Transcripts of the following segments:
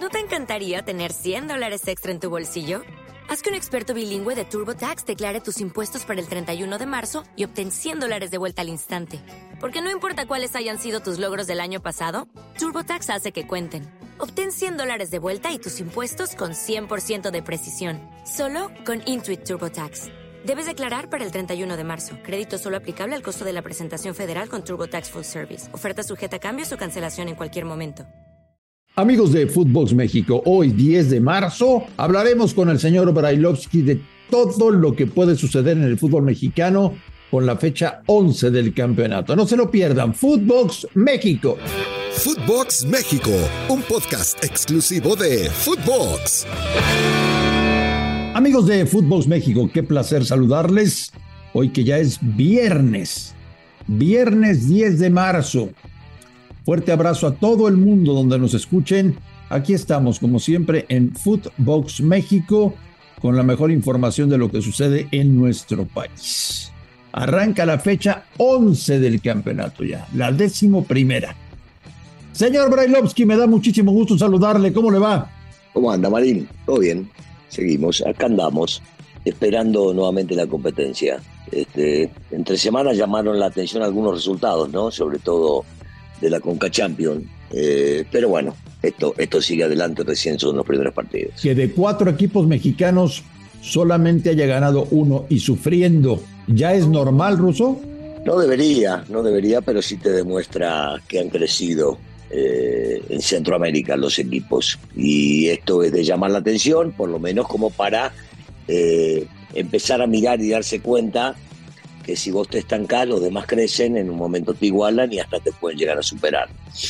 ¿No te encantaría tener $100 extra en tu bolsillo? Haz que un experto bilingüe de TurboTax declare tus impuestos para el 31 de marzo y obtén $100 de vuelta al instante. Porque no importa cuáles hayan sido tus logros del año pasado, TurboTax hace que cuenten. Obtén $100 de vuelta y tus impuestos con 100% de precisión. Solo con Intuit TurboTax. Debes declarar para el 31 de marzo. Crédito solo aplicable al costo de la presentación federal con TurboTax Full Service. Oferta sujeta a cambios o cancelación en cualquier momento. Amigos de Footbox México, hoy 10 de marzo hablaremos con el señor Brailovsky de todo lo que puede suceder en el fútbol mexicano con la fecha 11 del campeonato. No se lo pierdan, Footbox México. Footbox México, un podcast exclusivo de Footbox. Amigos de Footbox México, qué placer saludarles hoy que ya es viernes 10 de marzo. Fuerte abrazo a todo el mundo donde nos escuchen. Aquí estamos, como siempre, en Footbox México, con la mejor información de lo que sucede en nuestro país. Arranca la fecha 11 del campeonato ya, la 11ª. Señor Brailovsky, me da muchísimo gusto saludarle. ¿Cómo le va? ¿Cómo anda, Marín? ¿Todo bien? Seguimos, acá andamos, esperando nuevamente la competencia. Entre semanas llamaron la atención algunos resultados, ¿no? Sobre todo de la Conca Champions, pero bueno, esto sigue adelante, recién son los primeros partidos. Que de 4 equipos mexicanos solamente haya ganado uno y sufriendo, ¿ya es normal, Russo? No debería, pero sí te demuestra que han crecido en Centroamérica los equipos, y esto es de llamar la atención, por lo menos como para empezar a mirar y darse cuenta que si vos te estancás, los demás crecen, en un momento te igualan y hasta te pueden llegar a superar.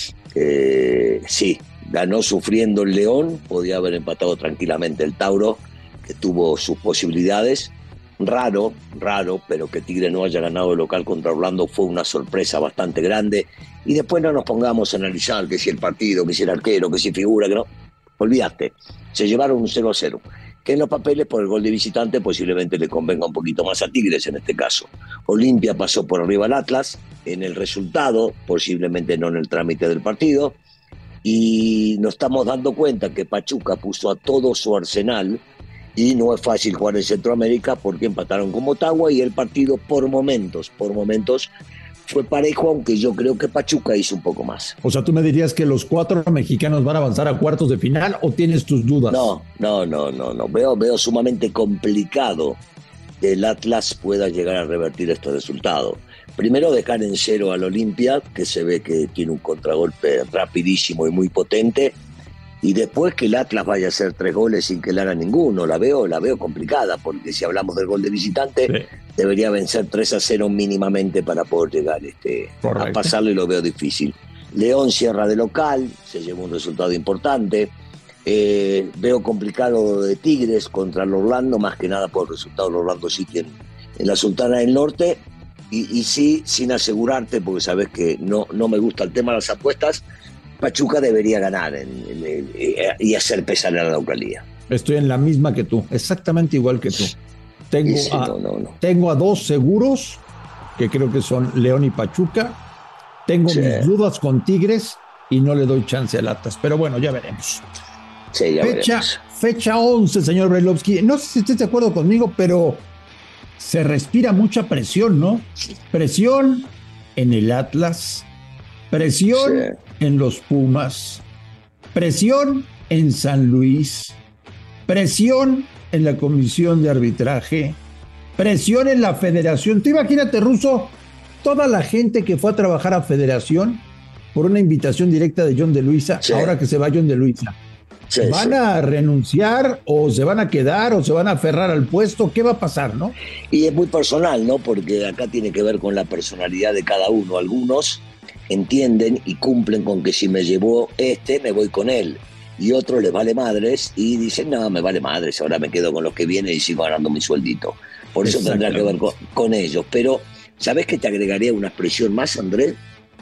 Sí, ganó sufriendo el León, podía haber empatado tranquilamente el Tauro, que tuvo sus posibilidades. Raro, pero que Tigre no haya ganado el local contra Orlando fue una sorpresa bastante grande. Y después no nos pongamos a analizar que si el partido, que si el arquero, que si figura, que no. Olvidaste, se llevaron un 0-0. Que en los papeles por el gol de visitante posiblemente le convenga un poquito más a Tigres en este caso. Olimpia pasó por arriba al Atlas, en el resultado, posiblemente no en el trámite del partido, y nos estamos dando cuenta que Pachuca puso a todo su arsenal, y no es fácil jugar en Centroamérica porque empataron con Motagua y el partido por momentos fue parejo, aunque yo creo que Pachuca hizo un poco más. O sea, ¿tú me dirías que los 4 mexicanos van a avanzar a cuartos de final o tienes tus dudas? No. Veo sumamente complicado que el Atlas pueda llegar a revertir este resultado. Primero, dejar en 0 al Olimpia, que se ve que tiene un contragolpe rapidísimo y muy potente, y después que el Atlas vaya a hacer 3 goles sin que le haga ninguno. La veo complicada, porque si hablamos del gol de visitante, sí, debería vencer 3-0 mínimamente para poder llegar a pasarlo, y lo veo difícil. León cierra de local, se llevó un resultado importante. Veo complicado de Tigres contra el Orlando, más que nada por el resultado del Orlando City en la Sultana del Norte. Y sí, sin asegurarte, porque sabes que no me gusta el tema de las apuestas, Pachuca debería ganar y hacer pesar a la localía. Estoy en la misma que tú, exactamente igual que tú. Tengo a 2 seguros, que creo que son León y Pachuca. Tengo mis dudas con Tigres y no le doy chance al Atlas. Pero bueno, ya veremos. Sí, ya veremos. Fecha 11, señor Brailovsky. No sé si estés de acuerdo conmigo, pero se respira mucha presión, ¿no? Presión en el Atlas, presión en los Pumas, presión en San Luis, presión en la comisión de arbitraje, presión en la federación. Tú imagínate, Russo, toda la gente que fue a trabajar a federación por una invitación directa de John de Luisa, ahora que se va John de Luisa. ¿Van a renunciar o se van a quedar o se van a aferrar al puesto? ¿Qué va a pasar, no? Y es muy personal, ¿no? Porque acá tiene que ver con la personalidad de cada uno. Algunos entienden y cumplen con que si me llevó me voy con él. Y otros les vale madres y dicen, no, me vale madres, ahora me quedo con los que vienen y sigo ganando mi sueldito. Por eso tendrá que ver con ellos. Pero, ¿sabés que te agregaría una expresión más, Andrés?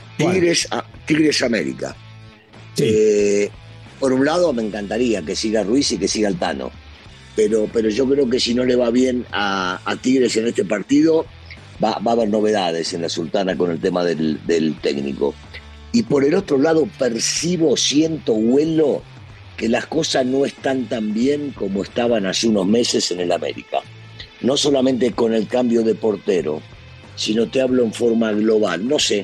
Tigres América. Sí. Por un lado, me encantaría que siga Ruiz y que siga Altano. Pero yo creo que si no le va bien a Tigres en este partido, va a haber novedades en la Sultana con el tema del técnico. Y por el otro lado, huelo que las cosas no están tan bien como estaban hace unos meses en el América. No solamente con el cambio de portero, sino te hablo en forma global. No sé,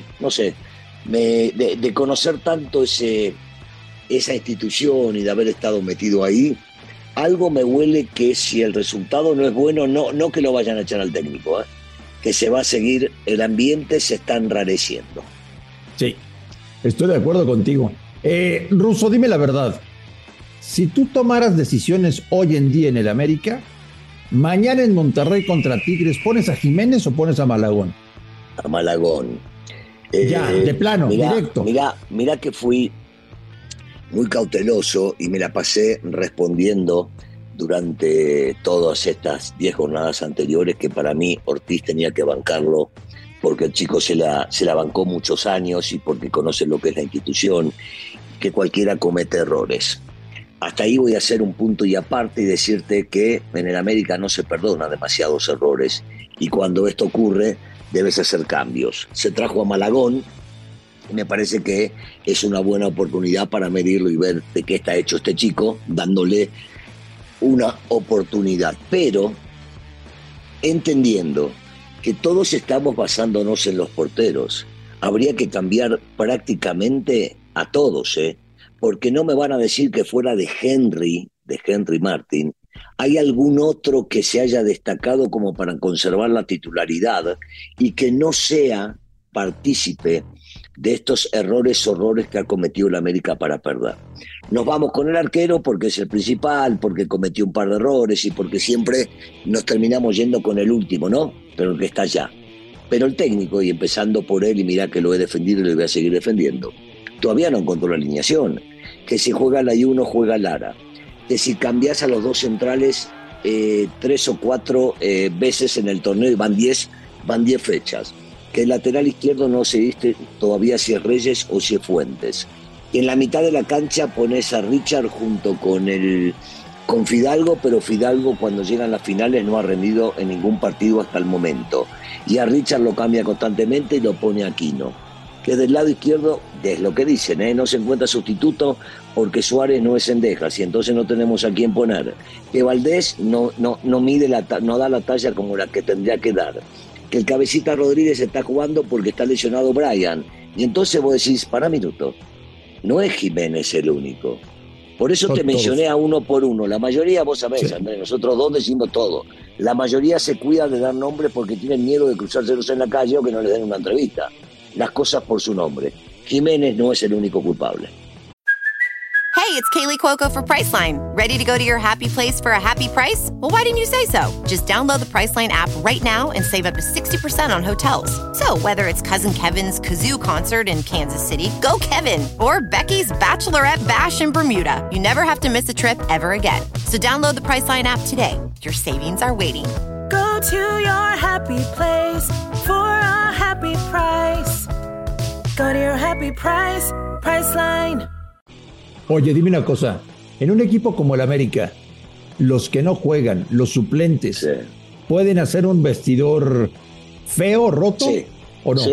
de conocer tanto esa institución y de haber estado metido ahí, algo me huele que si el resultado no es bueno, no que lo vayan a echar al técnico, que se va a seguir, el ambiente se está enrareciendo. Sí, estoy de acuerdo contigo. Russo, dime la verdad. Si tú tomaras decisiones hoy en día en el América, mañana en Monterrey contra Tigres, ¿pones a Jiménez o pones a Malagón? A Malagón. Ya, de plano, directo. Mirá que fui muy cauteloso y me la pasé respondiendo durante todas estas 10 jornadas anteriores que para mí Ortiz tenía que bancarlo porque el chico se la bancó muchos años y porque conoce lo que es la institución, que cualquiera comete errores. Hasta ahí voy a hacer un punto y aparte y decirte que en el América no se perdonan demasiados errores y cuando esto ocurre debes hacer cambios. Se trajo a Malagón, me parece que es una buena oportunidad para medirlo y ver de qué está hecho este chico, dándole una oportunidad, pero entendiendo que todos estamos basándonos en los porteros. Habría que cambiar prácticamente a todos, porque no me van a decir que fuera de Henry Martin, hay algún otro que se haya destacado como para conservar la titularidad y que no sea partícipe de estos horrores que ha cometido el América para perder. Nos vamos con el arquero porque es el principal, porque cometió un par de errores y porque siempre nos terminamos yendo con el último, ¿no? Pero el que está allá. Pero el técnico, y empezando por él, y mirá que lo he defendido y lo voy a seguir defendiendo, todavía no encontró la alineación. Que si juega Layuno, juega Lara. Que si cambiás a los dos centrales 3 o 4 veces en el torneo y van 10 fechas. Que el lateral izquierdo no se viste todavía si es Reyes o si es Fuentes. En la mitad de la cancha pones a Richard junto con Fidalgo, pero Fidalgo cuando llegan las finales no ha rendido en ningún partido hasta el momento. Y a Richard lo cambia constantemente y lo pone a Aquino. Que del lado izquierdo, es lo que dicen, no se encuentra sustituto porque Suárez no es Cendejas y entonces no tenemos a quién poner. Que Valdés no da la talla como la que tendría que dar. Que el Cabecita Rodríguez está jugando porque está lesionado Brian. Y entonces vos decís, para minuto, no es Jiménez el único. Por eso te mencioné a uno por uno. La mayoría, vos sabés, sí. Andrés, nosotros dos decimos todo. La mayoría se cuida de dar nombres porque tienen miedo de cruzárselos en la calle o que no les den una entrevista. Las cosas por su nombre. Jiménez no es el único culpable. Hey, it's Kaylee Cuoco for Priceline. Ready to go to your happy place for a happy price? Well, why didn't you say so? Just download the Priceline app right now and save up to 60% on hotels. So whether it's Cousin Kevin's Kazoo Concert in Kansas City, go Kevin, or Becky's Bachelorette Bash in Bermuda, you never have to miss a trip ever again. So download the Priceline app today. Your savings are waiting. Go to your happy place for a happy price. Go to your happy price, Priceline. Oye, dime una cosa. En un equipo como el América, los que no juegan, los suplentes, sí, ¿pueden hacer un vestidor feo, roto? Sí. ¿O no?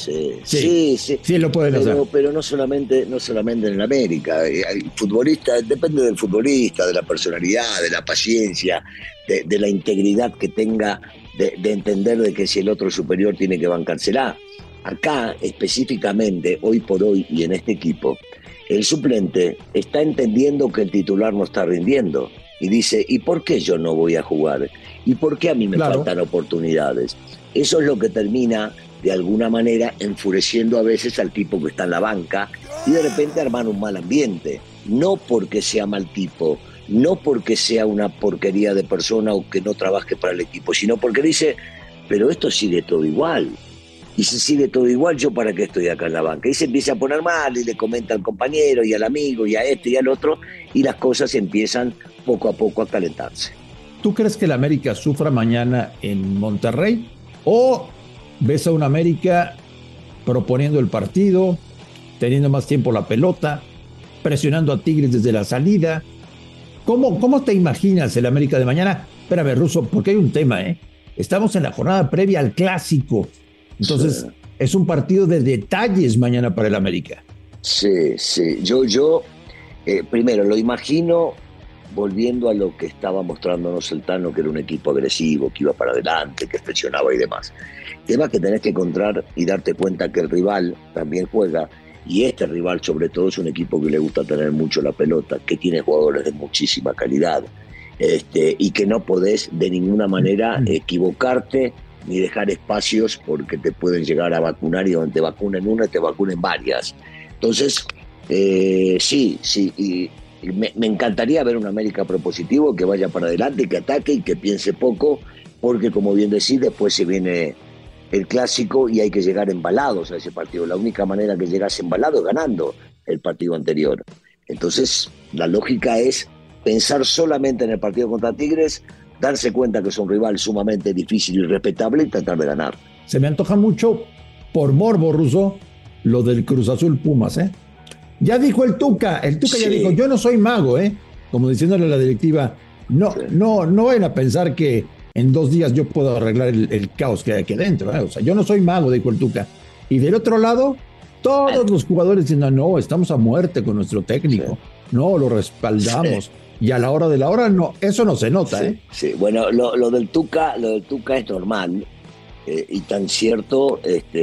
Sí, lo pueden hacer. Pero no solamente en el América. El futbolista, depende del futbolista, de la personalidad, de la paciencia, de la integridad que tenga, de entender de que si el otro superior tiene que bancársela. Acá, específicamente, hoy por hoy y en este equipo, el suplente está entendiendo que el titular no está rindiendo y dice, ¿y por qué yo no voy a jugar? ¿Y por qué a mí me faltan oportunidades? Eso es lo que termina, de alguna manera, enfureciendo a veces al tipo que está en la banca y de repente armar un mal ambiente. No porque sea mal tipo, no porque sea una porquería de persona o que no trabaje para el equipo, sino porque dice, pero esto sigue todo igual. Y si sigue todo igual, ¿yo para qué estoy acá en la banca? Y se empieza a poner mal y le comenta al compañero y al amigo y a este y al otro y las cosas empiezan poco a poco a calentarse. ¿Tú crees que el América sufra mañana en Monterrey? ¿O ves a un América proponiendo el partido, teniendo más tiempo la pelota, presionando a Tigres desde la salida? ¿Cómo te imaginas el América de mañana? Espérame, Russo, porque hay un tema, Estamos en la jornada previa al Clásico. Entonces, sí, es un partido de detalles mañana para el América. Sí. Yo Primero, lo imagino volviendo a lo que estaba mostrándonos el Tano, que era un equipo agresivo, que iba para adelante, que presionaba y demás. El tema es que tenés que encontrar y darte cuenta que el rival también juega, y este rival sobre todo es un equipo que le gusta tener mucho la pelota, que tiene jugadores de muchísima calidad, y que no podés de ninguna manera equivocarte ni dejar espacios porque te pueden llegar a vacunar, y donde te vacunen una, te vacunen varias. Entonces, sí, y me encantaría ver un América propositivo, que vaya para adelante, que ataque y que piense poco, porque como bien decís, después se viene el clásico y hay que llegar embalados a ese partido. La única manera que llegas embalado es ganando el partido anterior. Entonces, la lógica es pensar solamente en el partido contra Tigres, darse cuenta que es un rival sumamente difícil y respetable y tratar de ganar. Se me antoja mucho, por morbo, Russo, lo del Cruz Azul Pumas, ¿eh? Ya dijo el Tuca sí. Ya dijo, yo no soy mago, como diciéndole a la directiva, no vayan a pensar que en 2 días yo puedo arreglar el caos que hay aquí adentro, O sea, yo no soy mago, dijo el Tuca. Y del otro lado, todos los jugadores diciendo, no, estamos a muerte con nuestro técnico, no, lo respaldamos. Y a la hora de la hora, no, eso no se nota, Sí, bueno, lo del Tuca es normal, y tan cierto,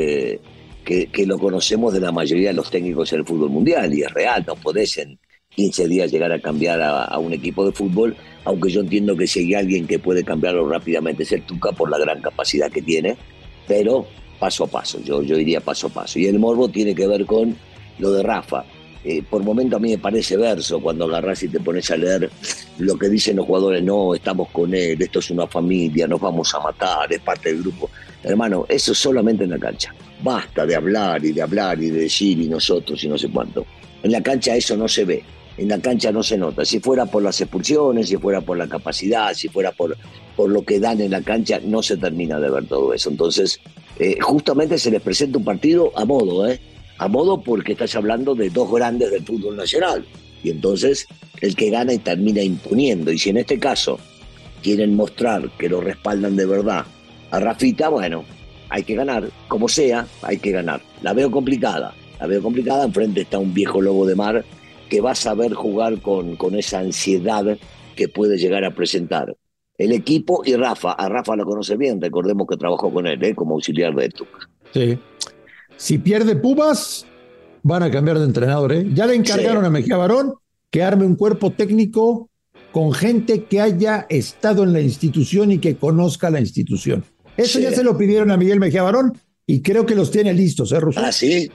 que lo conocemos de la mayoría de los técnicos en el fútbol mundial, y es real, no podés en 15 días llegar a cambiar a un equipo de fútbol, aunque yo entiendo que si hay alguien que puede cambiarlo rápidamente es el Tuca por la gran capacidad que tiene, pero paso a paso, yo diría paso a paso. Y el morbo tiene que ver con lo de Rafa. Por momento a mí me parece verso cuando agarrás y te pones a leer lo que dicen los jugadores, no, estamos con él, esto es una familia, nos vamos a matar, es parte del grupo. Hermano, eso solamente en la cancha. Basta de hablar y de decir y nosotros y no sé cuánto. En la cancha eso no se ve, en la cancha no se nota. Si fuera por las expulsiones, si fuera por la capacidad, si fuera por lo que dan en la cancha, no se termina de ver todo eso. Entonces, justamente se les presenta un partido a modo, a modo porque estás hablando de 2 grandes del fútbol nacional. Y entonces el que gana y termina imponiendo. Y si en este caso quieren mostrar que lo respaldan de verdad a Rafita, bueno, hay que ganar, como sea, hay que ganar. La veo complicada, enfrente está un viejo lobo de mar que va a saber jugar con esa ansiedad que puede llegar a presentar el equipo. Y a Rafa lo conoce bien, recordemos que trabajó con él, como auxiliar de Tuca. Sí. Si pierde Pumas, van a cambiar de entrenador, Ya le encargaron a Mejía Barón que arme un cuerpo técnico con gente que haya estado en la institución y que conozca la institución. Eso ya se lo pidieron a Miguel Mejía Barón y creo que los tiene listos, Russo? Ah, sí.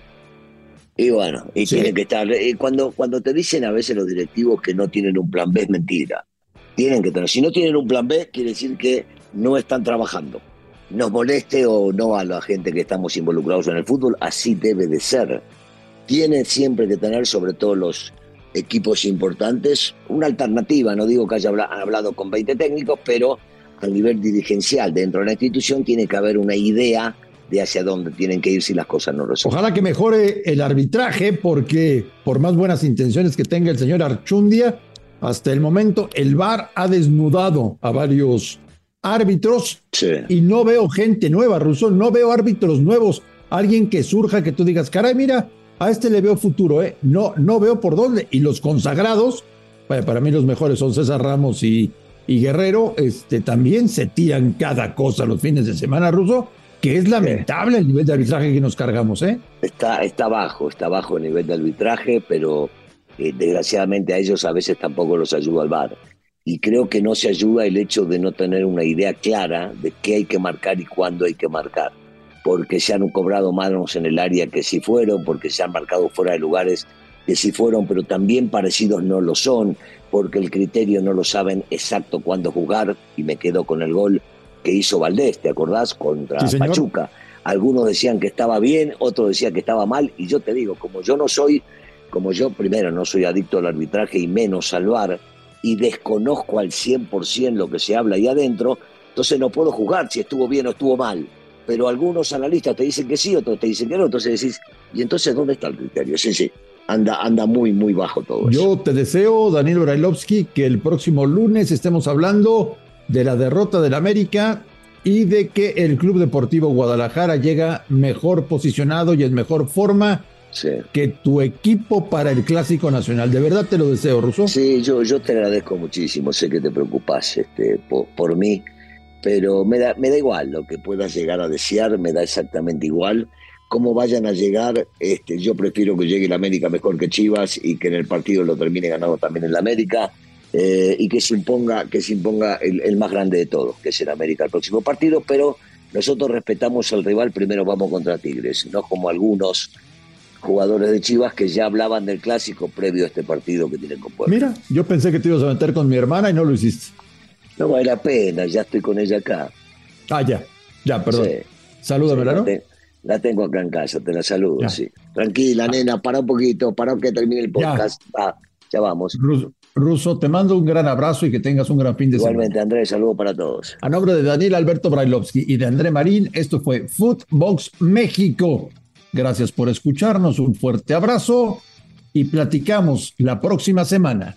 Y bueno, tiene que estar. Cuando te dicen a veces los directivos que no tienen un plan B, es mentira. Tienen que tener. Si no tienen un plan B, quiere decir que no están trabajando. Nos moleste o no a la gente que estamos involucrados en el fútbol, así debe de ser. Tienen siempre que tener, sobre todo los equipos importantes, una alternativa. No digo que han hablado con 20 técnicos, pero a nivel dirigencial dentro de la institución tiene que haber una idea de hacia dónde tienen que ir si las cosas no resuelven. Ojalá que mejore el arbitraje, porque por más buenas intenciones que tenga el señor Archundia, hasta el momento el VAR ha desnudado a varios árbitros y no veo gente nueva, Russo, no veo árbitros nuevos, alguien que surja que tú digas, caray, mira, a este le veo futuro, no veo por dónde. Y los consagrados, para mí los mejores son César Ramos y Guerrero, también se tiran cada cosa los fines de semana, Russo, que es lamentable el nivel de arbitraje que nos cargamos, Está bajo el nivel de arbitraje, pero desgraciadamente a ellos a veces tampoco los ayuda el VAR. Y creo que no se ayuda el hecho de no tener una idea clara de qué hay que marcar y cuándo hay que marcar. Porque se han cobrado manos en el área que sí fueron, porque se han marcado fuera de lugares que sí fueron, pero también parecidos no lo son, porque el criterio no lo saben exacto cuándo jugar. Y me quedo con el gol que hizo Valdés, ¿te acordás? Contra Pachuca. Algunos decían que estaba bien, otros decían que estaba mal, y yo te digo, como yo primero no soy adicto al arbitraje y menos al VAR, y desconozco al 100% lo que se habla ahí adentro, entonces no puedo juzgar si estuvo bien o estuvo mal. Pero algunos analistas te dicen que sí, otros te dicen que no, entonces decís, ¿y entonces dónde está el criterio? Sí, anda muy, muy bajo todo eso. Yo te deseo, Daniel Brailovsky, que el próximo lunes estemos hablando de la derrota del América y de que el Club Deportivo Guadalajara llega mejor posicionado y en mejor forma que tu equipo para el Clásico Nacional. De verdad te lo deseo, Russo. Sí, yo te agradezco muchísimo. Sé que te preocupas por mí, pero me da igual lo que puedas llegar a desear, me da exactamente igual. Cómo vayan a llegar, yo prefiero que llegue el América mejor que Chivas y que en el partido lo termine ganando también el América, y que se imponga el más grande de todos, que es el América el próximo partido, pero nosotros respetamos al rival, primero vamos contra Tigres, no como algunos jugadores de Chivas que ya hablaban del Clásico previo a este partido que tienen con Puebla. Mira, yo pensé que te ibas a meter con mi hermana y no lo hiciste. No vale la pena, ya estoy con ella acá. Ya, perdón. Sí. Salúdamela, ¿no? La tengo acá en casa, te la saludo, sí. Tranquila, nena, para un poquito, para que termine el podcast. Ya vamos. Russo, te mando un gran abrazo y que tengas un gran fin de semana. Igualmente, Andrés, saludos para todos. A nombre de Daniel Alberto Brailovsky y de André Marín, esto fue Footbox México. Gracias por escucharnos, un fuerte abrazo y platicamos la próxima semana.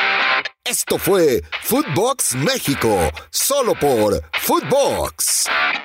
Esto fue Footbox México, solo por Footbox.